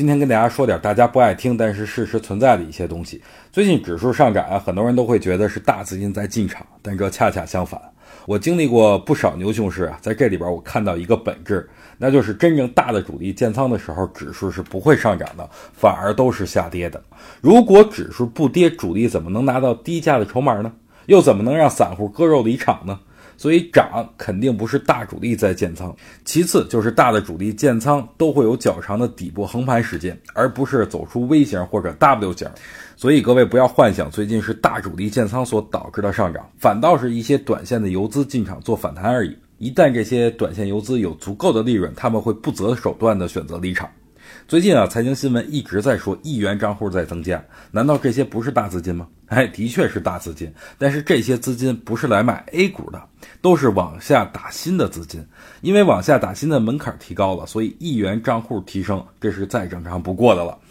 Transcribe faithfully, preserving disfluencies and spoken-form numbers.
今天跟大家说点大家不爱听但是事实存在的一些东西。最近指数上涨啊，很多人都会觉得是大资金在进场，但这恰恰相反。我经历过不少牛熊市啊，在这里边我看到一个本质，那就是真正大的主力建仓的时候，指数是不会上涨的，反而都是下跌的。如果指数不跌，主力怎么能拿到低价的筹码呢？又怎么能让散户割肉离场呢？所以涨肯定不是大主力在建仓，其次就是大的主力建仓都会有较长的底部横盘时间，而不是走出 V 型或者 W 型。所以各位不要幻想最近是大主力建仓所导致的上涨，反倒是一些短线的游资进场做反弹而已。一旦这些短线游资有足够的利润，他们会不择手段的选择离场。最近啊，财经新闻一直在说亿元账户在增加，难道这些不是大资金吗？哎，的确是大资金，但是这些资金不是来买 A 股的，都是往下打新的资金。因为往下打新的门槛提高了，所以亿元账户提升，这是再正常不过的了。